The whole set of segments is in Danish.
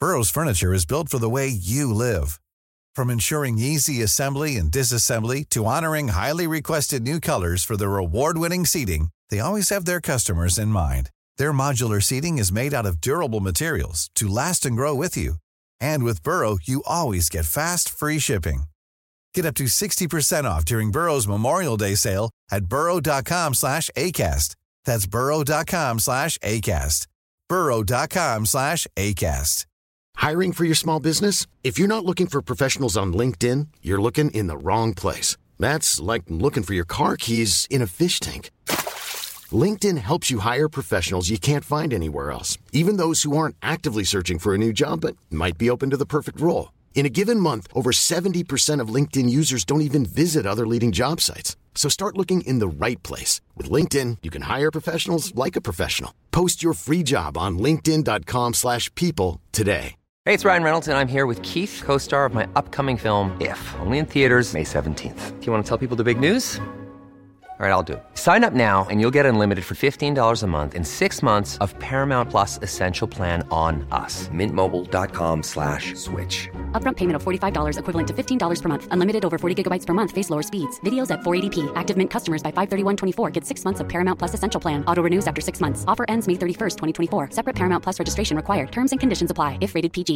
Burrow's furniture is built for the way you live. From ensuring easy assembly and disassembly to honoring highly requested new colors for their award-winning seating, they always have their customers in mind. Their modular seating is made out of durable materials to last and grow with you. And with Burrow, you always get fast, free shipping. Get up to 60% off during Burrow's Memorial Day sale at burrow.com/ACAST. That's burrow.com/ACAST. burrow.com/ACAST. Hiring for your small business? If you're not looking for professionals on LinkedIn, you're looking in the wrong place. That's like looking for your car keys in a fish tank. LinkedIn helps you hire professionals you can't find anywhere else, even those who aren't actively searching for a new job but might be open to the perfect role. In a given month, over 70% of LinkedIn users don't even visit other leading job sites. So start looking in the right place. With LinkedIn, you can hire professionals like a professional. Post your free job on linkedin.com/people today. Hey, it's Ryan Reynolds, and I'm here with Keith, co-star of my upcoming film, If, only in theaters May 17th. Do you want to tell people the big news? All right, I'll do it. Sign up now and you'll get unlimited for $15 a month and 6 months of Paramount Plus Essential Plan on us. Mintmobile.com/switch. Upfront payment of $45 equivalent to $15 per month. Unlimited over 40 gigabytes per month. Face lower speeds. Videos at 480p. Active Mint customers by 531.24 get 6 months of Paramount Plus Essential Plan. Auto renews after 6 months. Offer ends May 31st, 2024. Separate Paramount Plus registration required. Terms and conditions apply if rated PG.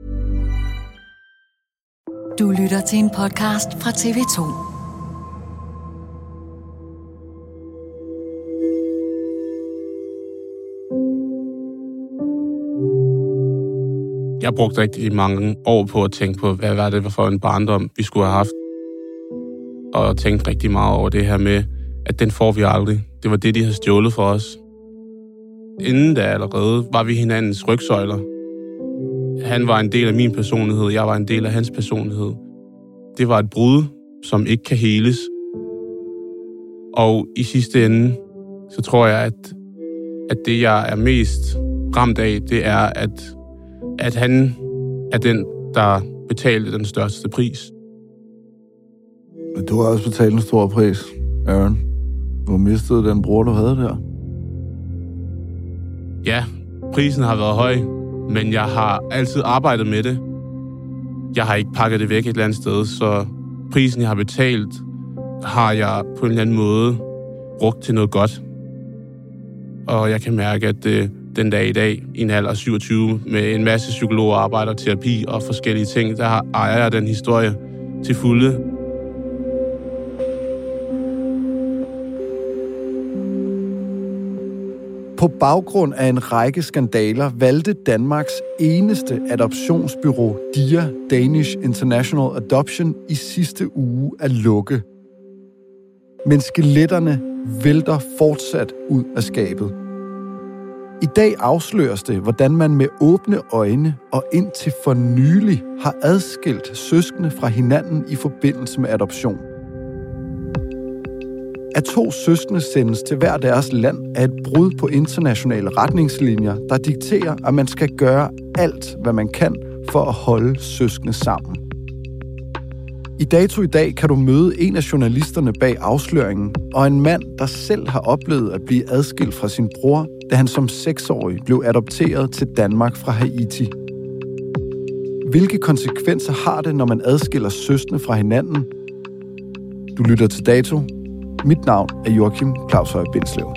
Du lytter til en podcast fra TV2. Jeg brugte rigtig mange år på at tænke på, hvad var det for en barndom, vi skulle have haft. Og tænkte rigtig meget over det her med, at den får vi aldrig. Det var det, de havde stjålet for os. Inden da allerede var vi hinandens rygsøjler. Han var en del af min personlighed, jeg var en del af hans personlighed. Det var et brud, som ikke kan heles. Og i sidste ende, så tror jeg, at det, jeg er mest ramt af, det er, at han er den, der betalte den største pris. Men du har også betalt en stor pris, Aaron. Du har mistet den bror, du havde der. Ja, prisen har været høj, men jeg har altid arbejdet med det. Jeg har ikke pakket det væk et eller andet sted, så prisen, jeg har betalt, har jeg på en eller anden måde brugt til noget godt. Og jeg kan mærke, at den dag i dag, i en alder af 27, med en masse psykologer, arbejder, terapi og forskellige ting, der ejer jeg den historie til fulde. På baggrund af en række skandaler valgte Danmarks eneste adoptionsbureau, DIA, Danish International Adoption, i sidste uge at lukke. Men skeletterne vælter fortsat ud af skabet. I dag afsløres det, hvordan man med åbne øjne og indtil for nylig har adskilt søskende fra hinanden i forbindelse med adoption. At 2 søskende sendes til hver deres land er et brud på internationale retningslinjer, der dikterer, at man skal gøre alt, hvad man kan for at holde søskende sammen. I Dato i dag kan du møde en af journalisterne bag afsløringen, og en mand, der selv har oplevet at blive adskilt fra sin bror, da han som 6-årig blev adopteret til Danmark fra Haiti. Hvilke konsekvenser har det, når man adskiller søskende fra hinanden? Du lytter til Dato. Mit navn er Joachim Claus Høj Bindslev.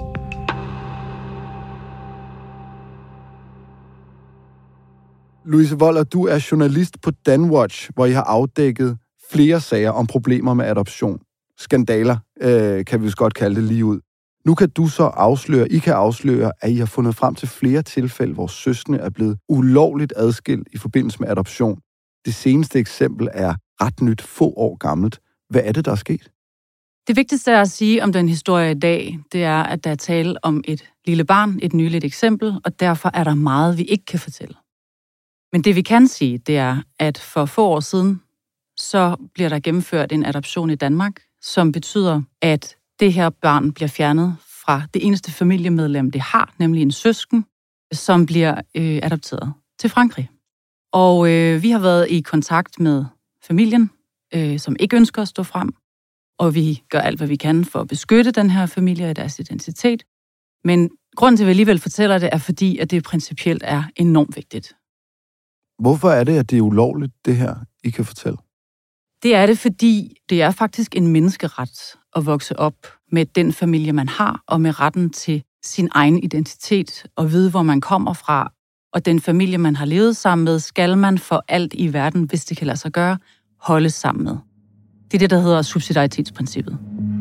Louise Woller, du er journalist på Danwatch, hvor I har afdækket flere sager om problemer med adoption. Skandaler, kan vi godt kalde det lige ud. Nu kan du så afsløre, at I har fundet frem til flere tilfælde, hvor søskende er blevet ulovligt adskilt i forbindelse med adoption. Det seneste eksempel er ret nyt, få år gammelt. Hvad er det, der er sket? Det vigtigste at sige om den historie i dag, det er, at der er tale om et lille barn, et nyligt eksempel, og derfor er der meget, vi ikke kan fortælle. Men det vi kan sige, det er, at for få år siden, så bliver der gennemført en adoption i Danmark, som betyder, at det her barn bliver fjernet fra det eneste familiemedlem, det har, nemlig en søsken, som bliver adopteret til Frankrig. Og vi har været i kontakt med familien, som ikke ønsker at stå frem, og vi gør alt, hvad vi kan for at beskytte den her familie og deres identitet. Men grunden til, at vi alligevel fortæller det, er fordi, at det principielt er enormt vigtigt. Hvorfor er det, at det er ulovligt, det her, I kan fortælle? Det er det, fordi det er faktisk en menneskeret at vokse op med den familie, man har, og med retten til sin egen identitet, og vide, hvor man kommer fra. Og den familie, man har levet sammen med, skal man for alt i verden, hvis det kan lade sig gøre, holde sammen med. Det er det, der hedder subsidiaritetsprincippet.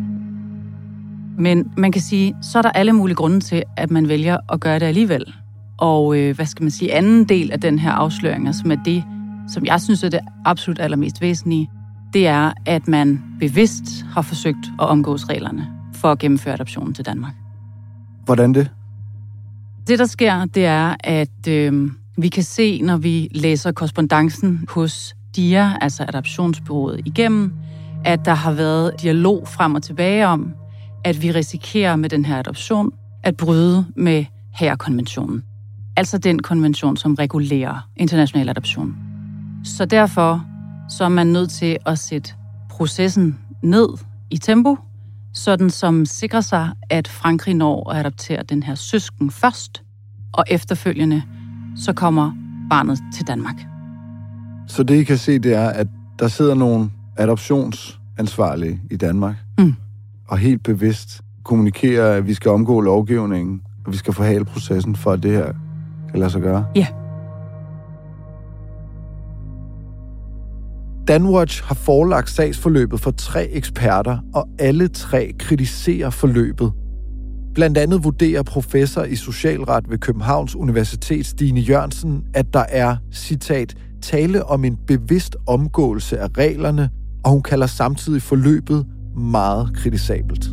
Men man kan sige, så er der alle mulige grunde til, at man vælger at gøre det alligevel. Og anden del af den her afsløring, som er det, som jeg synes er det absolut allermest væsentlige, det er, at man bevidst har forsøgt at omgås reglerne for at gennemføre adoptionen til Danmark. Hvordan det? Det, der sker, det er, at vi kan se, når vi læser korrespondancen hos DIA, altså adoptionsbureauet, igennem, at der har været dialog frem og tilbage om, at vi risikerer med den her adoption at bryde med Haagerkonventionen. Altså den konvention, som regulerer international adoption. Så derfor så er man nødt til at sætte processen ned i tempo, sådan som sikrer sig, at Frankrig når at adoptere den her søsken først, og efterfølgende så kommer barnet til Danmark. Så det, I kan se, det er, at der sidder nogle adoptionsansvarlige i Danmark, og helt bevidst kommunikerer, at vi skal omgå lovgivningen, og vi skal forhale processen, for at det her kan lade sig gøre? Ja. Danwatch har forelagt sagsforløbet for 3 eksperter, og alle 3 kritiserer forløbet. Blandt andet vurderer professor i socialret ved Københavns Universitet, Stine Jørgensen, at der er, citat, tale om en bevidst omgåelse af reglerne, og hun kalder samtidig forløbet meget kritisabelt.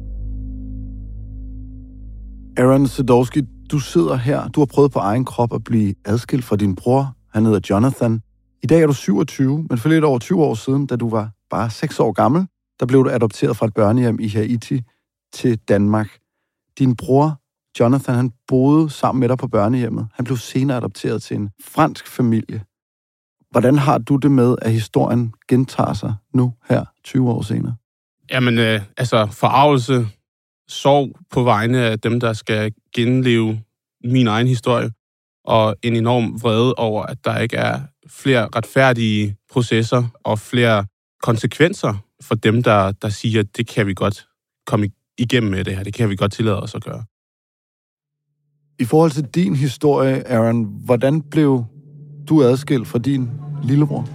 Aaron Sadowski, du sidder her. Du har prøvet på egen krop at blive adskilt fra din bror. Han hedder Jonathan. I dag er du 27, men for lidt over 20 år siden, da du var bare 6 år gammel, der blev du adopteret fra et børnehjem i Haiti til Danmark. Din bror, Jonathan, han boede sammen med dig på børnehjemmet. Han blev senere adopteret til en fransk familie. Hvordan har du det med, at historien gentager sig nu her 20 år senere? Jamen, forargelse, sorg på vegne af dem, der skal genleve min egen historie, og en enorm vrede over, at der ikke er flere retfærdige processer og flere konsekvenser for dem, der siger, at det kan vi godt komme igennem med det her. Det kan vi godt tillade os at gøre. I forhold til din historie, Aaron, hvordan blev du adskilt fra din lillebror?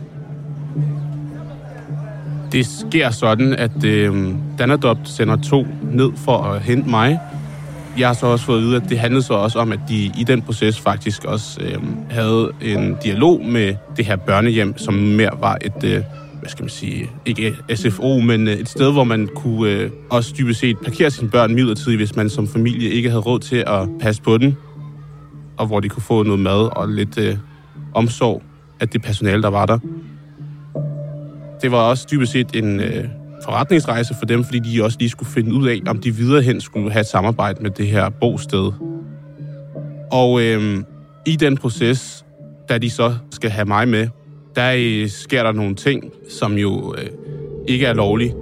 Det sker sådan, at Danadopt sender 2 ned for at hente mig. Jeg har så også fået at vide, at det handlede så også om, at de i den proces faktisk også havde en dialog med det her børnehjem, som mere var et, ikke SFO, men et sted, hvor man kunne også dybest set parkere sine børn midlertidigt, hvis man som familie ikke havde råd til at passe på den, og hvor de kunne få noget mad og lidt omsorg af det personale, der var der. Det var også dybest set en forretningsrejse for dem, fordi de også lige skulle finde ud af, om de videre hen skulle have et samarbejde med det her bosted. Og i den proces, da de så skal have mig med, der sker der nogle ting, som jo ikke er lovlige.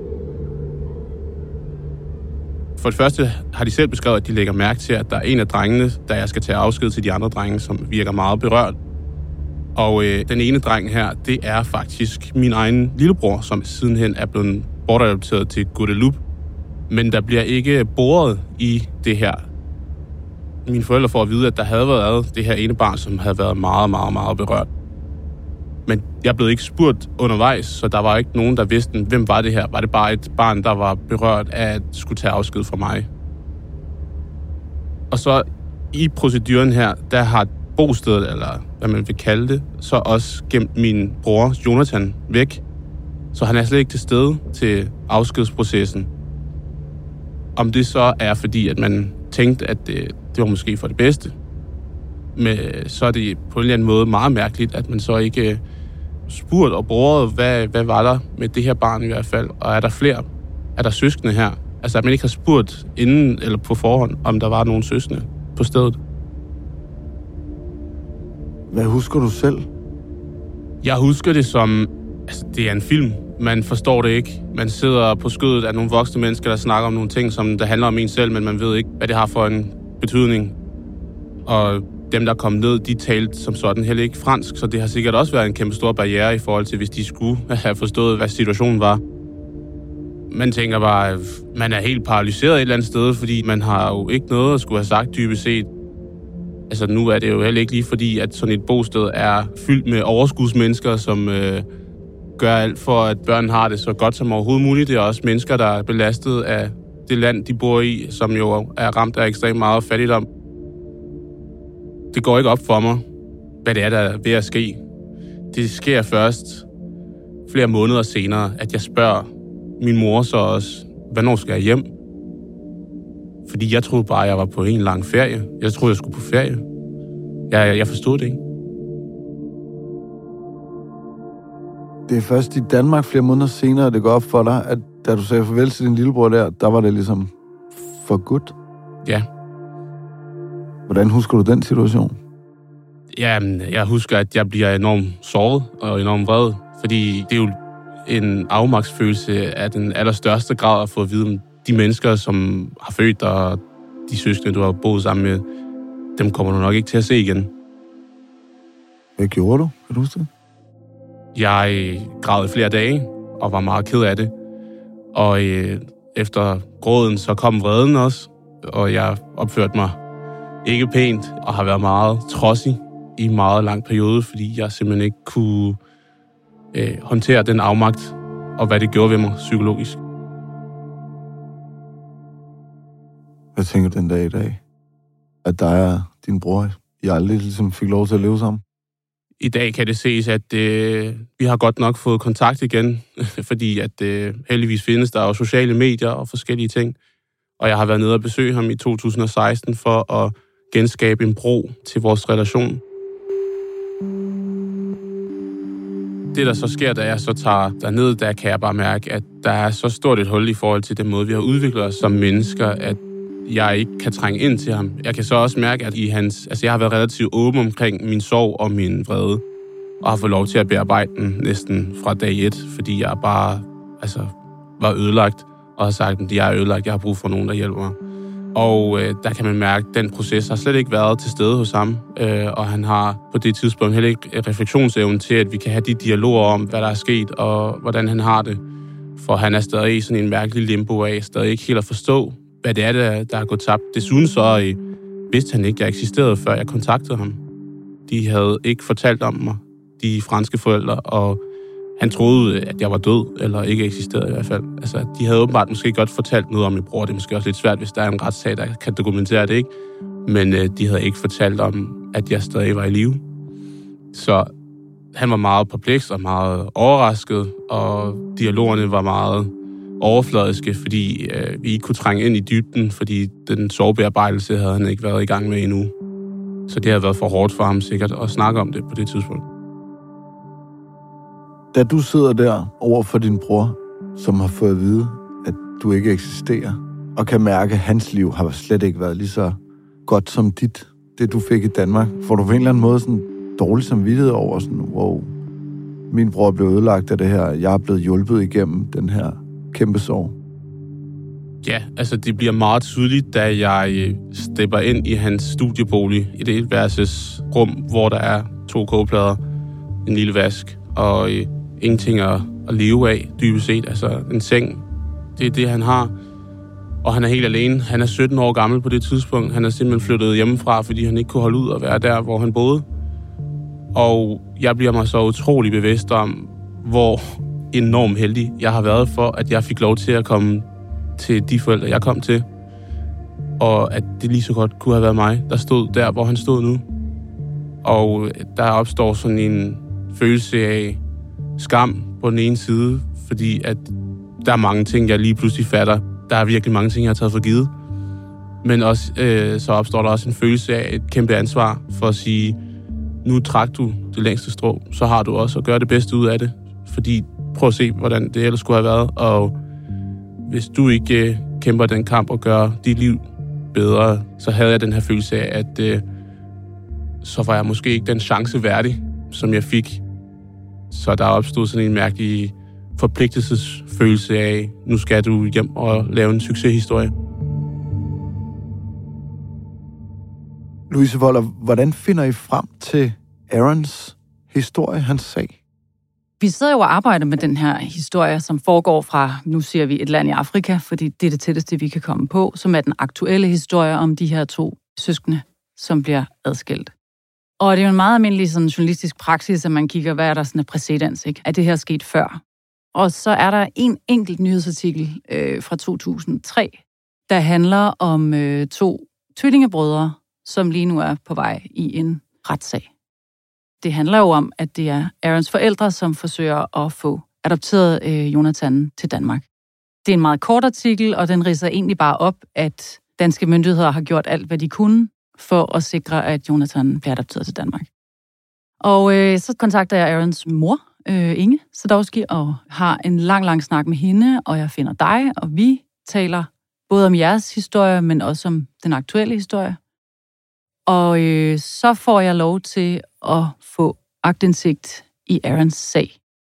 For det første har de selv beskrevet, at de lægger mærke til, at der er en af drengene, da jeg skal tage afsked til de andre drenge, som virker meget berørt. Og den ene dreng her, det er faktisk min egen lillebror, som sidenhen er blevet bortadopteret til Guadeloupe. Men der bliver ikke boret i det her. Mine forældre får at vide, at der havde været det her ene barn, som havde været meget, meget, meget berørt. Men jeg blev ikke spurgt undervejs, så der var ikke nogen, der vidste, hvem var det her. Var det bare et barn, der var berørt af at skulle tage afsked fra mig? Og så i proceduren her, der har bostedet, eller hvad man vil kalde det, så også gemt min bror, Jonathan, væk. Så han er slet ikke til stede til afskedsprocessen. Om det så er fordi, at man tænkte, at det var måske for det bedste. Men så er det på en eller anden måde meget mærkeligt, at man så ikke spurgte og borede, hvad var der med det her barn i hvert fald, og er der flere? Er der søskende her? Altså, at man ikke har spurgt inden eller på forhånd, om der var nogen søskende på stedet. Hvad husker du selv? Jeg husker det som, det er en film. Man forstår det ikke. Man sidder på skødet af nogle voksne mennesker, der snakker om nogle ting, som der handler om en selv, men man ved ikke, hvad det har for en betydning. Og dem, der kom ned, de talte som sådan heller ikke fransk, så det har sikkert også været en kæmpe stor barriere i forhold til, hvis de skulle have forstået, hvad situationen var. Man tænker bare, at man er helt paralyseret et eller andet sted, fordi man har jo ikke noget at skulle have sagt dybest set. Altså nu er det jo heller ikke lige fordi, at sådan et bosted er fyldt med overskudsmennesker, som gør alt for, at børn har det så godt som overhovedet muligt. Det er også mennesker, der er belastet af det land, de bor i, som jo er ramt af ekstremt meget fattigdom. Det går ikke op for mig, hvad det er, der er ved at ske. Det sker først flere måneder senere, at jeg spørger min mor så også, hvornår skal jeg hjem? Fordi jeg troede bare, at jeg var på en lang ferie. Jeg troede, jeg skulle på ferie. Jeg forstod det ikke. Det er først i Danmark flere måneder senere, det går op for dig, at da du sagde farvel til din lillebror der var det ligesom for godt. Ja. Hvordan husker du den situation? Jamen, jeg husker, at jeg bliver enormt såret og enormt vred, fordi det er jo en afmagtsfølelse af den allerstørste grad at få at vide om de mennesker, som har født dig, og de søskende, du har boet sammen med, dem kommer du nok ikke til at se igen. Hvad gjorde du? Kan du huske det? Jeg græd flere dage og var meget ked af det. Og efter gråden, så kom vreden også, og jeg opførte mig ikke pænt og har været meget trodsig i en meget lang periode, fordi jeg simpelthen ikke kunne håndtere den afmagt og hvad det gjorde ved mig psykologisk. Hvad tænker du den dag i dag? At dig og din bror, I aldrig ligesom fik lov til at leve sammen? I dag kan det ses, at vi har godt nok fået kontakt igen, fordi at heldigvis findes der jo sociale medier og forskellige ting. Og jeg har været nede og besøge ham i 2016 for at genskabe en bro til vores relation. Det, der så sker, da jeg så tager derned, der kan jeg bare mærke, at der er så stort et hul i forhold til den måde, vi har udviklet os som mennesker, at jeg ikke kan trænge ind til ham. Jeg kan så også mærke, at jeg har været relativt åben omkring min sorg og min vrede, og har fået lov til at bearbejde den næsten fra dag 1, fordi jeg bare var ødelagt, og har sagt, at jeg er ødelagt, jeg har brug for nogen, der hjælper mig. Og der kan man mærke, at den proces har slet ikke været til stede hos ham, og han har på det tidspunkt heller ikke refleksionsevnen til, at vi kan have de dialoger om, hvad der er sket, og hvordan han har det. For han er stadig i sådan en mærkelig limbo af, stadig ikke helt at forstå, hvad det er, der er gået tabt. Desuden så vidste han ikke, at jeg eksisterede, før jeg kontaktede ham. De havde ikke fortalt om mig, de franske forældre, og han troede, at jeg var død, eller ikke eksisterede i hvert fald. Altså, de havde åbenbart måske godt fortalt noget om min bror. Det er måske også lidt svært, hvis der er en retssag, der kan dokumentere det, ikke? Men de havde ikke fortalt om, at jeg stadig var i live. Så han var meget perpleks og meget overrasket, og dialogerne var meget overfladiske, fordi vi ikke kunne trænge ind i dybden, fordi den sorgbearbejdelse havde han ikke været i gang med endnu. Så det havde været for hårdt for ham sikkert at snakke om det på det tidspunkt. Da du sidder der over for din bror, som har fået at vide, at du ikke eksisterer, og kan mærke, at hans liv har slet ikke været lige så godt som det du fik i Danmark, får du på en eller anden måde sådan dårlig samvittighed over sådan, wow, min bror blev ødelagt af det her, jeg er blevet hjulpet igennem den her kæmpe sorg? Ja, altså det bliver meget tydeligt, da jeg stepper ind i hans studiebolig i det etværelses rum, hvor der er 2 kogeplader, en lille vask og ingenting at leve af, dybest set. Altså en seng, det er det, han har. Og han er helt alene. Han er 17 år gammel på det tidspunkt. Han er simpelthen flyttet hjemmefra, fordi han ikke kunne holde ud og være der, hvor han boede. Og jeg bliver mig så utrolig bevidst om, hvor enormt heldig jeg har været for, at jeg fik lov til at komme til de forældre, jeg kom til. Og at det lige så godt kunne have været mig, der stod der, hvor han stod nu. Og der opstår sådan en følelse af skam på den ene side, fordi at der er mange ting, jeg lige pludselig fatter. Der er virkelig mange ting, jeg har taget for givet. Men også, så opstår der også en følelse af et kæmpe ansvar for at sige, nu trak du det længste strå, så har du også at gøre det bedste ud af det. Fordi prøv at se, hvordan det ellers skulle have været. Og hvis du ikke kæmper den kamp og gør dit liv bedre, så havde jeg den her følelse af, at så var jeg måske ikke den chance værdig, som jeg fik. Så der opstod sådan en mærkelig forpligtelsesfølelse af, nu skal du hjem og lave en succeshistorie. Louise Woller, hvordan finder I frem til Aarons historie, hans sag? Vi sidder jo og arbejder med den her historie, som foregår fra, nu siger vi, et land i Afrika, fordi det er det tætteste, vi kan komme på, som er den aktuelle historie om de her 2 søskende, som bliver adskilt. Og det er jo en meget almindelig sådan, journalistisk praksis, at man kigger, hvad er der sådan en præcedens, ikke? Er det her sket før? Og så er der en enkelt nyhedsartikel fra 2003, der handler om 2 tvillingebrødre, som lige nu er på vej i en retssag. Det handler jo om, at det er Aarons forældre, som forsøger at få adopteret Jonathan til Danmark. Det er en meget kort artikel, og den ridser egentlig bare op, at danske myndigheder har gjort alt, hvad de kunne, for at sikre, at Jonathan bliver adopteret til Danmark. Og så kontakter jeg Aarons mor, Inge Sadowski, og har en lang snak med hende, og jeg finder dig, og vi taler både om jeres historie, men også om den aktuelle historie. Og så får jeg lov til at få aktindsigt i Aarons sag.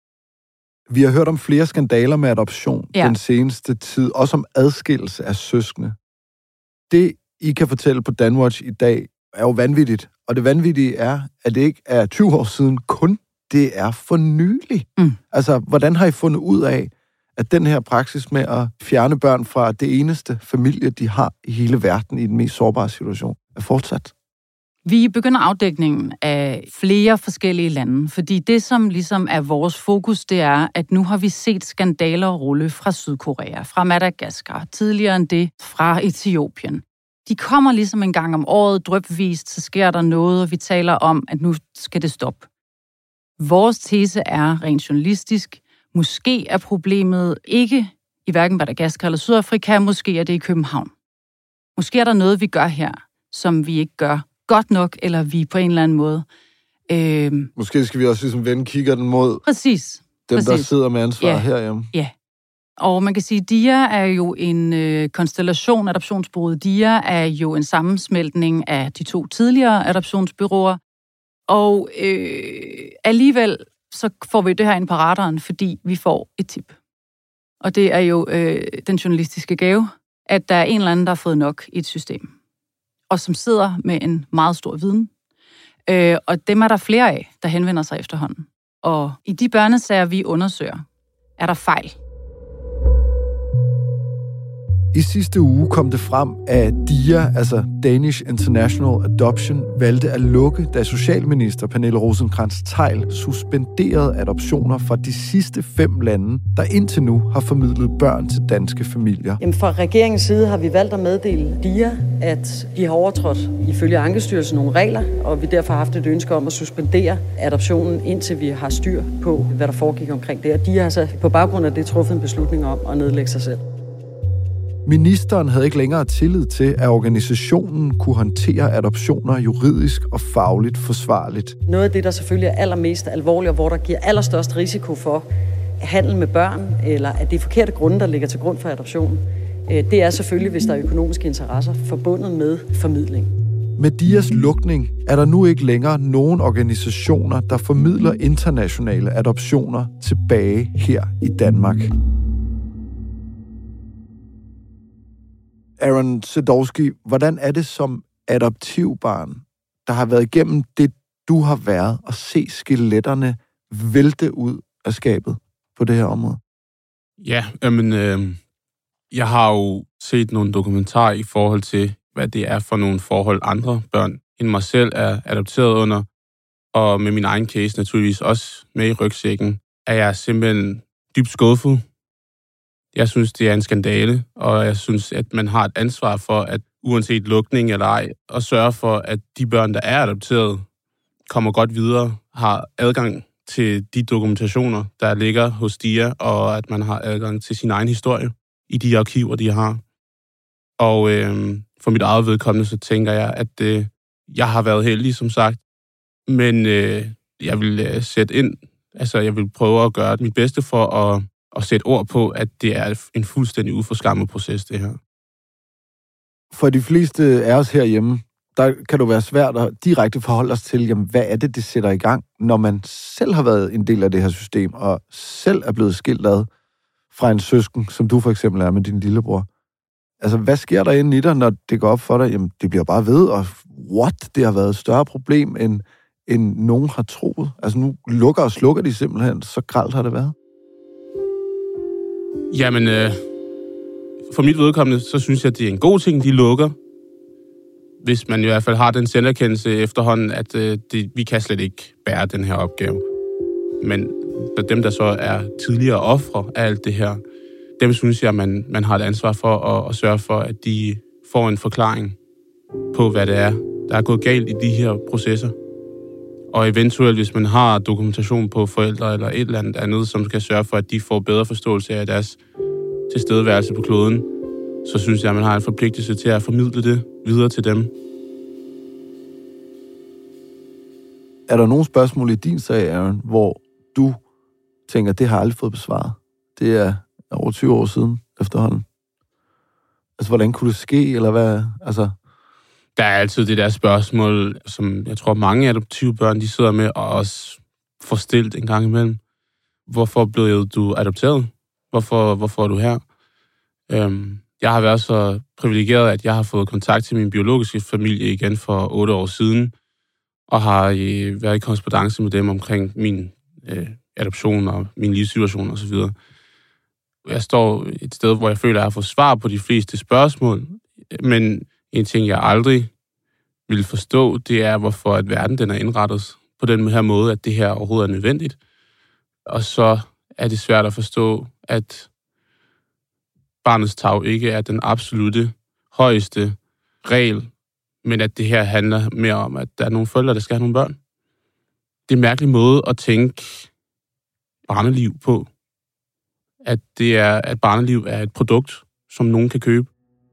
Vi har hørt om flere skandaler med adoption den seneste tid, også om adskillelse af søskende. Det, I kan fortælle på Danwatch i dag, er jo vanvittigt. Og det vanvittige er, at det ikke er 20 år siden kun, det er for nylig. Altså, hvordan har I fundet ud af, at den her praksis med at fjerne børn fra det eneste familie, de har i hele verden i den mest sårbare situation, er fortsat? Vi begynder afdækningen af flere forskellige lande, fordi det, som ligesom er vores fokus, det er, at nu har vi set skandaler rulle fra Sydkorea, fra Madagaskar, tidligere end det fra Etiopien. De kommer ligesom en gang om året, drypvist, så sker der noget, og vi taler om, at nu skal det stoppe. Vores tese er rent journalistisk, måske er problemet ikke i hverken Madagaskar eller Sydafrika, måske er det i København. Måske er der noget, vi gør her, som vi ikke gør godt nok, eller vi på en eller anden måde. Måske skal vi også ligesom vende kiggerten mod dem, der sidder med ansvar herhjemme. Ja, og man kan sige, at DIA er jo en konstellation, adoptionsbureauet DIA er jo en sammensmeltning af de 2 tidligere adoptionsbureauer, og alligevel så får vi det her ind på radaren, fordi vi får et tip. Og det er jo den journalistiske gave, at der er en eller anden, der har fået nok i et system, og som sidder med en meget stor viden. Og dem er der flere af, der henvender sig efterhånden. Og i de børnesager, vi undersøger, er der fejl. I sidste uge kom det frem, at DIA, altså Danish International Adoption, valgte at lukke, da socialminister Pernille Rosenkrantz-Theil suspenderede adoptioner fra de sidste 5 lande, der indtil nu har formidlet børn til danske familier. Jamen, fra regeringens side har vi valgt at meddele DIA, at de har overtrådt ifølge Ankestyrelsen nogle regler, og vi derfor har haft et ønske om at suspendere adoptionen, indtil vi har styr på, hvad der foregik omkring det. Og DIA har så på baggrund af det truffet en beslutning om at nedlægge sig selv. Ministeren havde ikke længere tillid til, at organisationen kunne håndtere adoptioner juridisk og fagligt forsvarligt. Noget af det, der selvfølgelig er allermest alvorligt, og hvor der giver allerstørst risiko for handel med børn, eller at det er forkerte grunde, der ligger til grund for adoptionen, det er selvfølgelig, hvis der er økonomiske interesser forbundet med formidling. Med DIAs lukning er der nu ikke længere nogen organisationer, der formidler internationale adoptioner tilbage her i Danmark. Aaron Sadowski, hvordan er det som adoptivbarn, der har været igennem det, du har været, og se skeletterne vælte ud af skabet på det her område? Ja, jeg har jo set nogle dokumentarer i forhold til, hvad det er for nogle forhold, andre børn end mig selv er adopteret under, og med min egen case naturligvis også med i rygsækken, er jeg simpelthen dybt skuffet. Jeg synes, det er en skandale, og jeg synes, at man har et ansvar for, at uanset lukning eller ej, at sørge for, at de børn, der er adopteret, kommer godt videre, har adgang til de dokumentationer, der ligger hos DIA, og at man har adgang til sin egen historie i de arkiver, de har. Og for mit eget vedkommende, så tænker jeg, at jeg har været heldig, som sagt, men jeg vil sætte ind, altså jeg vil prøve at gøre mit bedste for at sætte ord på, at det er en fuldstændig uforskammet proces, det her. For de fleste af os herhjemme, der kan det være svært at direkte forholde os til, jamen, hvad er det sætter i gang, når man selv har været en del af det her system, og selv er blevet skilt ad fra en søsken, som du for eksempel er med din lillebror. Altså, hvad sker der inde i dig, når det går op for dig? Jamen, det bliver bare ved, og det har været et større problem, end nogen har troet. Altså nu lukker og slukker de simpelthen, så grelt har det været. Jamen, for mit vedkommende, så synes jeg, at det er en god ting, de lukker. Hvis man i hvert fald har den selverkendelse efterhånden, at vi kan slet ikke bære den her opgave. Men dem, der så er tidligere ofre af alt det her, dem synes jeg, man har et ansvar for at sørge for, at de får en forklaring på, hvad det er, der er gået galt i de her processer. Og eventuelt, hvis man har dokumentation på forældre eller et eller andet, som skal sørge for, at de får bedre forståelse af deres tilstedeværelse på kloden, så synes jeg, at man har en forpligtelse til at formidle det videre til dem. Er der nogle spørgsmål i din sag, Aaron, hvor du tænker, det har jeg aldrig fået besvaret? Det er over 20 år siden efterhånden. Altså, hvordan kunne det ske, eller hvad? Altså... Der er altid det der spørgsmål, som jeg tror, mange adoptive børn, de sidder med og også får stillet en gang imellem. Hvorfor blev du adopteret? Hvorfor er du her? Jeg har været så privilegeret, at jeg har fået kontakt til min biologiske familie igen for 8 år siden, og har været i korrespondance med dem omkring min adoption og min livssituation osv. Jeg står et sted, hvor jeg føler, at jeg har fået svar på de fleste spørgsmål, men en ting, jeg aldrig ville forstå, det er, hvorfor at verden den er indrettet på den her måde, at det her overhovedet er nødvendigt. Og så er det svært at forstå, at barnets tarv ikke er den absolutte højeste regel, men at det her handler mere om, at der er nogle forældre, der skal have nogle børn. Det er en mærkelig måde at tænke barneliv på. At barneliv er et produkt, som nogen kan købe.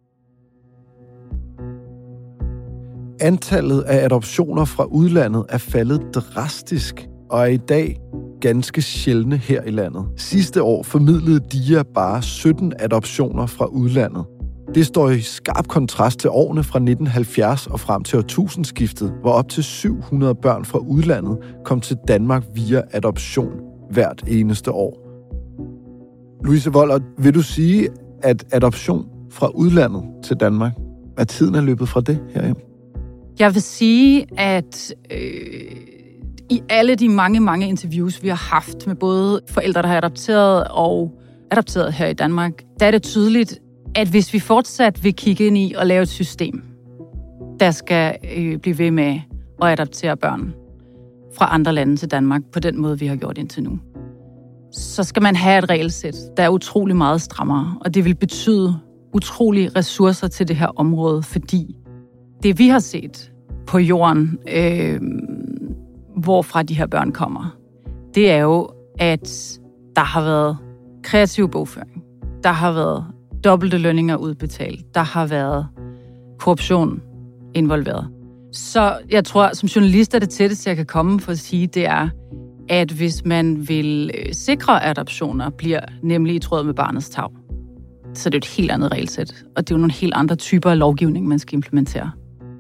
Antallet af adoptioner fra udlandet er faldet drastisk, og er i dag ganske sjældne her i landet. Sidste år formidlede DIA bare 17 adoptioner fra udlandet. Det står i skarp kontrast til årene fra 1970 og frem til årtusindskiftet, hvor op til 700 børn fra udlandet kom til Danmark via adoption hvert eneste år. Louise Woller, vil du sige, at adoption fra udlandet til Danmark, er tiden er løbet fra det herhjemme? Jeg vil sige, at i alle de mange interviews, vi har haft med både forældre, der har adopteret og adopteret her i Danmark, der er det tydeligt, at hvis vi fortsat vil kigge ind i og lave et system, der skal blive ved med at adoptere børn fra andre lande til Danmark på den måde, vi har gjort indtil nu, så skal man have et regelsæt, der er utrolig meget strammere, og det vil betyde utrolige ressourcer til det her område, fordi det, vi har set på jorden, hvorfra de her børn kommer, det er jo, at der har været kreativ bogføring. Der har været dobbelte lønninger udbetalt. Der har været korruption involveret. Så jeg tror, som journalist er det tætteste, jeg kan komme for at sige, det er, at hvis man vil sikre adoptioner, bliver nemlig i tråd med barnets tarv. Så det er et helt andet regelsæt, og det er jo nogle helt andre typer af lovgivning, man skal implementere.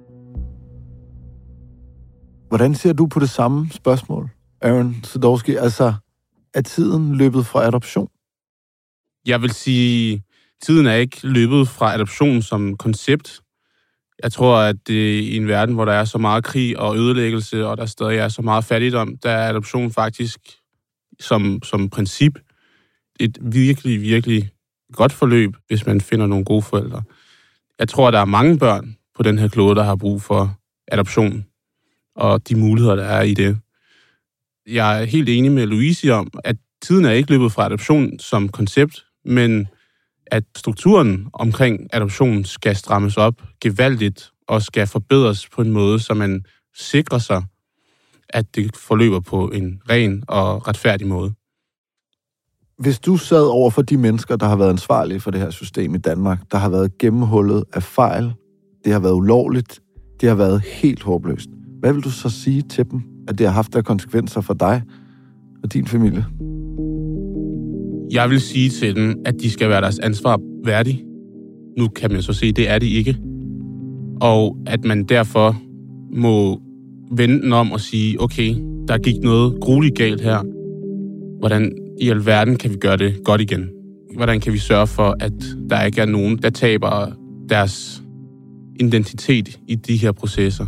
Hvordan ser du på det samme spørgsmål, Aaron Sadowski? Altså, er tiden løbet fra adoption? Jeg vil sige, tiden er ikke løbet fra adoption som koncept. Jeg tror, at det i en verden, hvor der er så meget krig og ødelæggelse, og der stadig er så meget fattigdom, der er adoption faktisk som princip et virkelig, virkelig godt forløb, hvis man finder nogle gode forældre. Jeg tror, at der er mange børn på den her klode, der har brug for adoption, og de muligheder, der er i det. Jeg er helt enig med Louise om, at tiden er ikke løbet fra adoption som koncept, men at strukturen omkring adoption skal strammes op gevaldigt og skal forbedres på en måde, så man sikrer sig, at det forløber på en ren og retfærdig måde. Hvis du sad over for de mennesker, der har været ansvarlige for det her system i Danmark, der har været gennemhullet af fejl, det har været ulovligt, det har været helt håbløst, hvad vil du så sige til dem, at det har haft der konsekvenser for dig og din familie? Jeg vil sige til dem, at de skal være deres ansvar værdige. Nu kan man så se, at det er de ikke. Og at man derfor må vende den om og sige, okay, der gik noget grueligt galt her. Hvordan i alverden kan vi gøre det godt igen? Hvordan kan vi sørge for, at der ikke er nogen, der taber deres identitet i de her processer.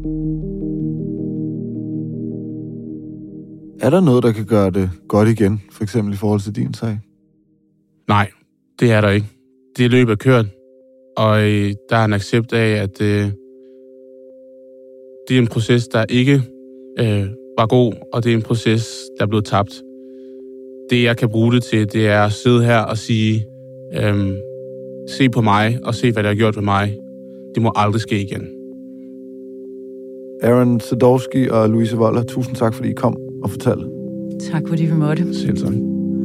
Er der noget, der kan gøre det godt igen, for eksempel i forhold til din sag? Nej, det er der ikke. Det løb er kørt, og der er en accept af, at det er en proces, der ikke var god, og det er en proces, der er blevet tabt. Det, jeg kan bruge det til, det er at sidde her og sige, se på mig og se, hvad det har gjort ved mig. Det må aldrig ske igen. Aaron Sadowski og Louise Woller, tusind tak, fordi I kom og fortalte. Tak, fordi vi måtte. Selv tak.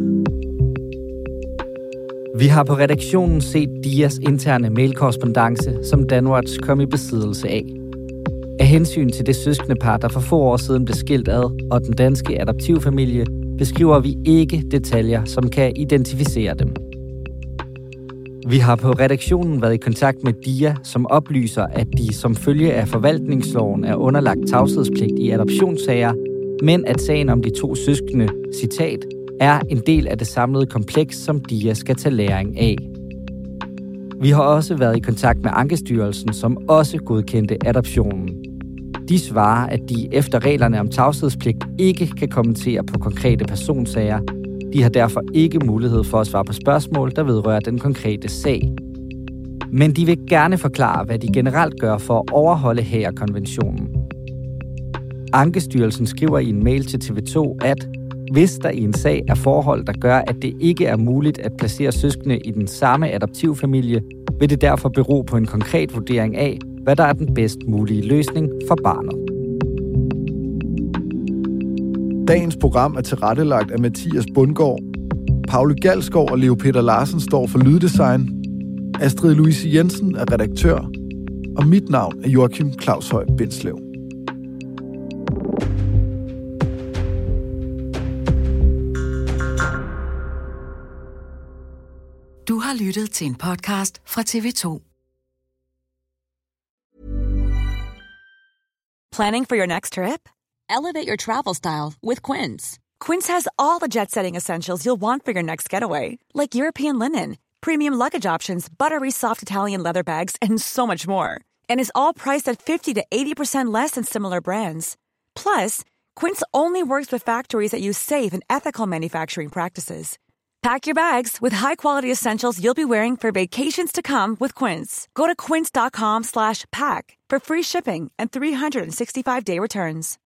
Vi har på redaktionen set Dias interne mailkorrespondance, som Danwatch kom i besiddelse af. Af hensyn til det søskendepar, der for få år siden blev skilt ad, og den danske adoptivfamilie, beskriver vi ikke detaljer, som kan identificere dem. Vi har på redaktionen været i kontakt med Dia, som oplyser, at de som følge af forvaltningsloven er underlagt tavshedspligt i adoptionssager, men at sagen om de 2 søskende, citat, er en del af det samlede kompleks, som Dia skal tage læring af. Vi har også været i kontakt med Ankestyrelsen, som også godkendte adoptionen. De svarer, at de efter reglerne om tavshedspligt ikke kan kommentere på konkrete personsager. De har derfor ikke mulighed for at svare på spørgsmål, der vedrører den konkrete sag. Men de vil gerne forklare, hvad de generelt gør for at overholde Haagerkonventionen. Ankestyrelsen skriver i en mail til TV2, at hvis der i en sag er forhold, der gør, at det ikke er muligt at placere søskende i den samme adoptivfamilie, vil det derfor bero på en konkret vurdering af, hvad der er den bedst mulige løsning for barnet. Dagens program er tilrettelagt af Mathias Bundgaard. Paule Galskov og Leo Peter Larsen står for lyddesign. Astrid Louise Jensen er redaktør. Og mit navn er Joachim Claus Høj Bindslev. Du har lyttet til en podcast fra TV2. Planning for your next trip? Elevate your travel style with Quince. Quince has all the jet-setting essentials you'll want for your next getaway, like European linen, premium luggage options, buttery soft Italian leather bags, and so much more. And is all priced at 50 to 80% less than similar brands. Plus, Quince only works with factories that use safe and ethical manufacturing practices. Pack your bags with high-quality essentials you'll be wearing for vacations to come with Quince. Go to quince.com/pack for free shipping and 365-day returns.